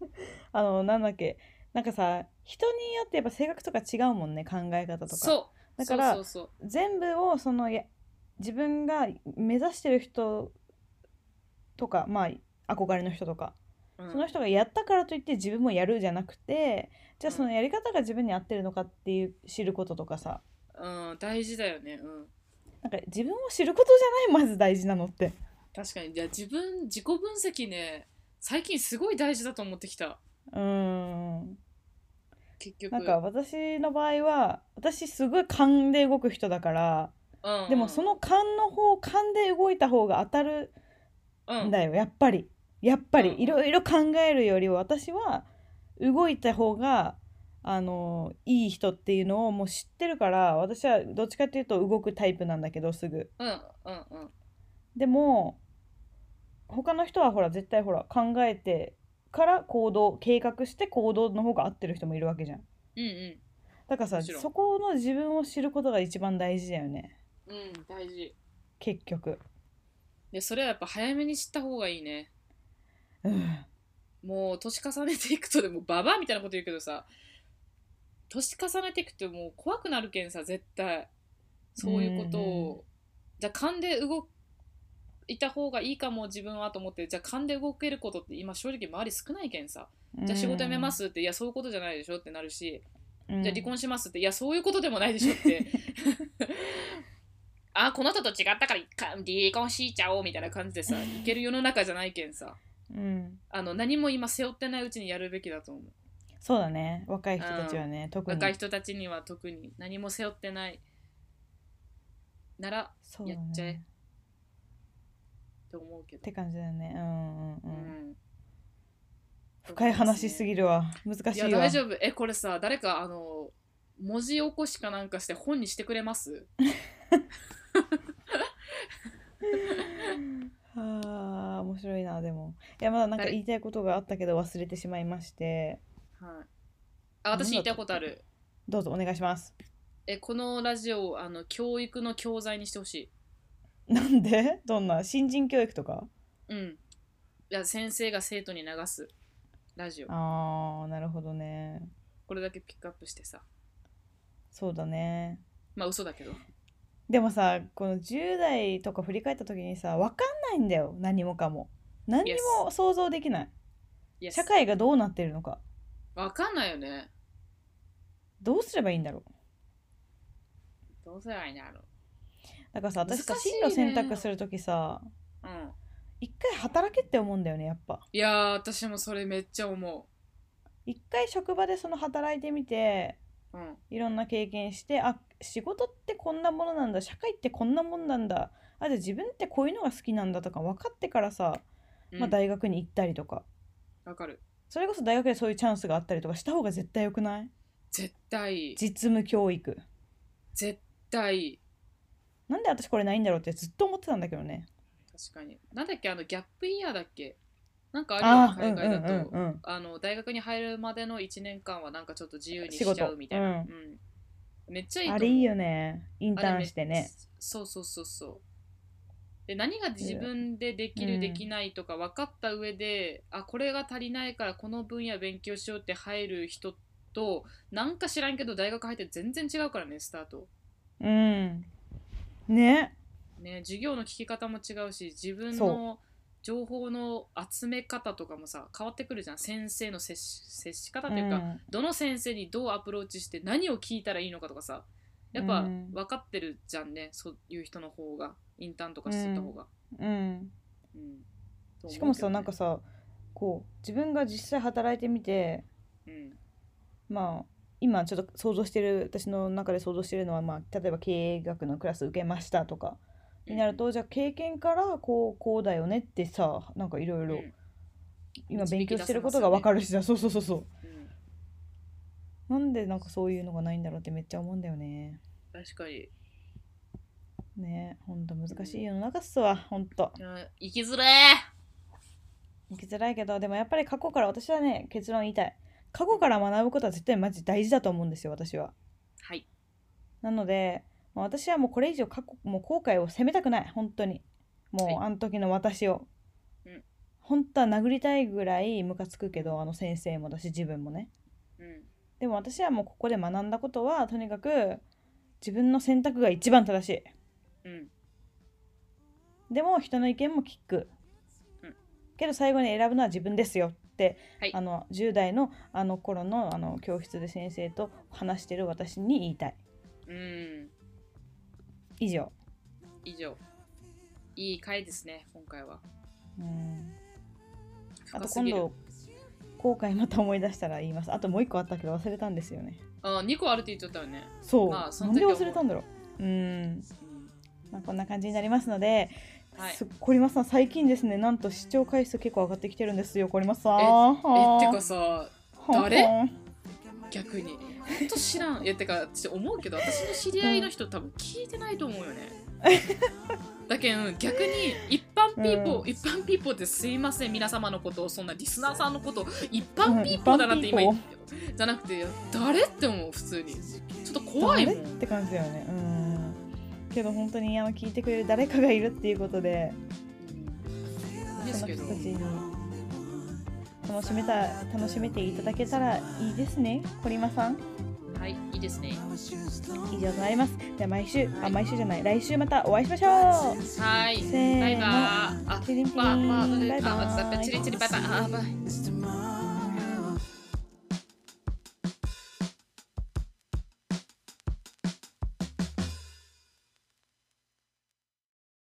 Speaker 2: あのなんだっけ、なんかさ人によってやっぱ性格とか違うもんね、考え方とか。
Speaker 1: そう
Speaker 2: だから
Speaker 1: そうそうそう、
Speaker 2: 全部をそのや自分が目指してる人とか、まあ憧れの人とか、うん、その人がやったからといって自分もやるじゃなくて、じゃあそのやり方が自分に合ってるのかっていう知ることとかさ、
Speaker 1: うん、大事だよね。うん、
Speaker 2: なんか自分を知ることじゃない、まず大事なのって。
Speaker 1: 確かに。いや自分自己分析ね最近すごい大事だと思ってきた。
Speaker 2: うーん、
Speaker 1: 結局
Speaker 2: なんか私の場合は私すごい勘で動く人だから、うんうん、でもその勘の方勘で動いた方が当たるんだよ、うん、やっぱりやっぱりいろいろ考えるよりは私は動いた方があのいい人っていうのをもう知ってるから、私はどっちかっていうと動くタイプなんだけどすぐ、
Speaker 1: うんうんうん、
Speaker 2: でも他の人はほら絶対ほら考えてから行動計画して行動の方が合ってる人もいるわけじゃん。
Speaker 1: うんうん、
Speaker 2: だからさそこの自分を知ることが一番大事だよね。
Speaker 1: うん大事
Speaker 2: 結局。
Speaker 1: でそれはやっぱ早めに知った方がいいね。
Speaker 2: うん、
Speaker 1: もう年重ねていくとでもババアみたいなこと言うけどさ、年重ねていくともう怖くなるけんさ、絶対そういうことを、うん、じゃあ勘で動いた方がいいかも自分はと思って、じゃあ勘で動けることって今正直周り少ないけんさ、うん、じゃあ仕事辞めますって、いやそういうことじゃないでしょってなるし、うん、じゃあ離婚しますって、いやそういうことでもないでしょってあこの人と違ったから離婚しちゃおうみたいな感じでさいける世の中じゃないけんさ、うん、あの何も今背負ってないうちにやるべきだと思う。
Speaker 2: そうだね、若い人たちはね、うん、特に
Speaker 1: 若い人たちには特に何も背負ってないならやっちゃえ、ね、って思うけど
Speaker 2: って感じだよね。うんうんうん、うん、深い話すぎるわ、難しいわ。
Speaker 1: いや大丈夫。えこれさ誰かあの文字起こしかなんかして本にしてくれます
Speaker 2: はあ面白いな。でもいやまだなんか言いたいことがあったけど忘れてしまいまして、
Speaker 1: はい、あ私言いたいことある。
Speaker 2: どうぞお願いします。
Speaker 1: えこのラジオをあの教育の教材にしてほし
Speaker 2: い。なんで？どんな新人教育とか？
Speaker 1: うんいや先生が生徒に流すラジオ。
Speaker 2: あーなるほどね。
Speaker 1: これだけピックアップしてさ。
Speaker 2: そうだね。
Speaker 1: まあ嘘だけど。
Speaker 2: でもさこのじゅう代とか振り返った時にさ分かんないんだよ、何もかも。何にも想像できない、yes. 社会がどうなってるのか
Speaker 1: 分かんないよね。
Speaker 2: どうすればいいんだろう。
Speaker 1: どうすればいいんだろう。
Speaker 2: だからさ私さ進路選択する時さ、うん、一回働けって思うんだよねやっぱ。
Speaker 1: いや私もそれめっちゃ思う。
Speaker 2: 一回職場でその働いてみて、うん、いろんな経験して、あ仕事ってこんなものなんだ、社会ってこんなもんなんだ、あじゃあ自分ってこういうのが好きなんだとか分かってからさ、うんまあ、大学に行ったりとか。
Speaker 1: わかる。
Speaker 2: それこそ大学でそういうチャンスがあったりとかした方が絶対良くない？
Speaker 1: 絶対
Speaker 2: 実務教育
Speaker 1: 絶対。
Speaker 2: なんで私これないんだろうってずっと思ってたんだけどね。
Speaker 1: 確かに。なんだっけあのギャップイヤーだっけ、なんかあるよ海外だと、うんうんうんうん、あの大学に入るまでのいちねんかんはなんかちょっと自由にしちゃうみたいな、うんうん、 めっちゃいいと思う。
Speaker 2: あれいいよね。インターンしてね。
Speaker 1: そうそうそうそう。で何が自分でできる、
Speaker 2: うん、
Speaker 1: できないとか分かった上で、あこれが足りないからこの分野勉強しようって入る人と、なんか知らんけど大学入って全然違うからね、スタート。
Speaker 2: うんね。
Speaker 1: ね、授業の聞き方も違うし、自分の情報の集め方とかもさ変わってくるじゃん。先生の接し、接し方というか、
Speaker 2: うん、
Speaker 1: どの先生にどうアプローチして何を聞いたらいいのかとかさ、やっぱ分かってるじゃんね、そういう人の方が、インターンとかしてた方が。
Speaker 2: うん、うん
Speaker 1: うん、
Speaker 2: しかもさ、なんかさ、こう自分が実際働いてみて、
Speaker 1: うん、
Speaker 2: まあ今ちょっと想像してる、私の中で想像してるのは、まあ、例えば経営学のクラス受けましたとかになると、
Speaker 1: うん、
Speaker 2: じゃあ経験からこうこうだよねってさ、なんかいろいろ今勉強してることが分かるしさ、そうそうそうそう、うん、なんでなんかそういうのがないんだろうってめっちゃ思うんだよね。
Speaker 1: 確かに
Speaker 2: ね、ほんと難しい世の中っすわ、ほんと。
Speaker 1: 生きづれ
Speaker 2: 生きづらいけど、でもやっぱり過去から、私はね、結論言いたい。過去から学ぶことは絶対マジ大事だと思うんですよ、私は。
Speaker 1: はい。
Speaker 2: なので、まあ、私はもうこれ以上過去、もう後悔を責めたくない、本当に。もう、
Speaker 1: はい、
Speaker 2: あの時の私を。うん、本当は殴りたいぐらいムカつくけど、あの先生もだし、自分もね。うん、でも私はもうここで学んだことは、とにかく自分の選択が一番正しい。うん、でも人の意見も聞く。うん、けど最後に選ぶのは自分ですよって、はい、あのじゅう代のあの頃のあの教室で先生と話してる私に言いたい。うん。以上。
Speaker 1: 以上。いい回ですね、今回は。うん。
Speaker 2: あと今度後悔また思い出したら言います。あともう一個あったけど忘れたんですよね。
Speaker 1: あ、にこあるって言っちゃったよね。
Speaker 2: そう。まあ、そのなんで忘れたんだろう。うん。まあ、こんな感じになりますので、はい、コリマさん最近ですね、なんと視聴回数結構上がってきてるんですよ、コリマさん。
Speaker 1: え、えってかさ、誰？逆に。ほんと知らん。いや、てか、思うけど、私の知り合いの人、うん、多分聞いてないと思うよね。だけど、逆に一般ピーポー、うん、一般ピーポーってすいません、皆様のことを、そんなリスナーさんのことを一般ピーポーだなって今言って、うん、じゃなくて、誰って思う、普通に。ちょっと怖いもん。
Speaker 2: 誰って感じだよね。うん。けど本当にあの聞いてくれる誰かがいるっていうことで、うん、その人たちに楽しめた楽しめていただけたらいいですね、コリマさん。
Speaker 1: はい、いいですね。
Speaker 2: 以上となります。じゃあ毎週、はい、あ毎週じゃない来週またお会いしましょう。
Speaker 1: はい、
Speaker 2: せーの、
Speaker 1: バイバー。
Speaker 2: あ、チリンチリン、バイバーイ。
Speaker 1: チリンチリンバイバー。あ、バイ。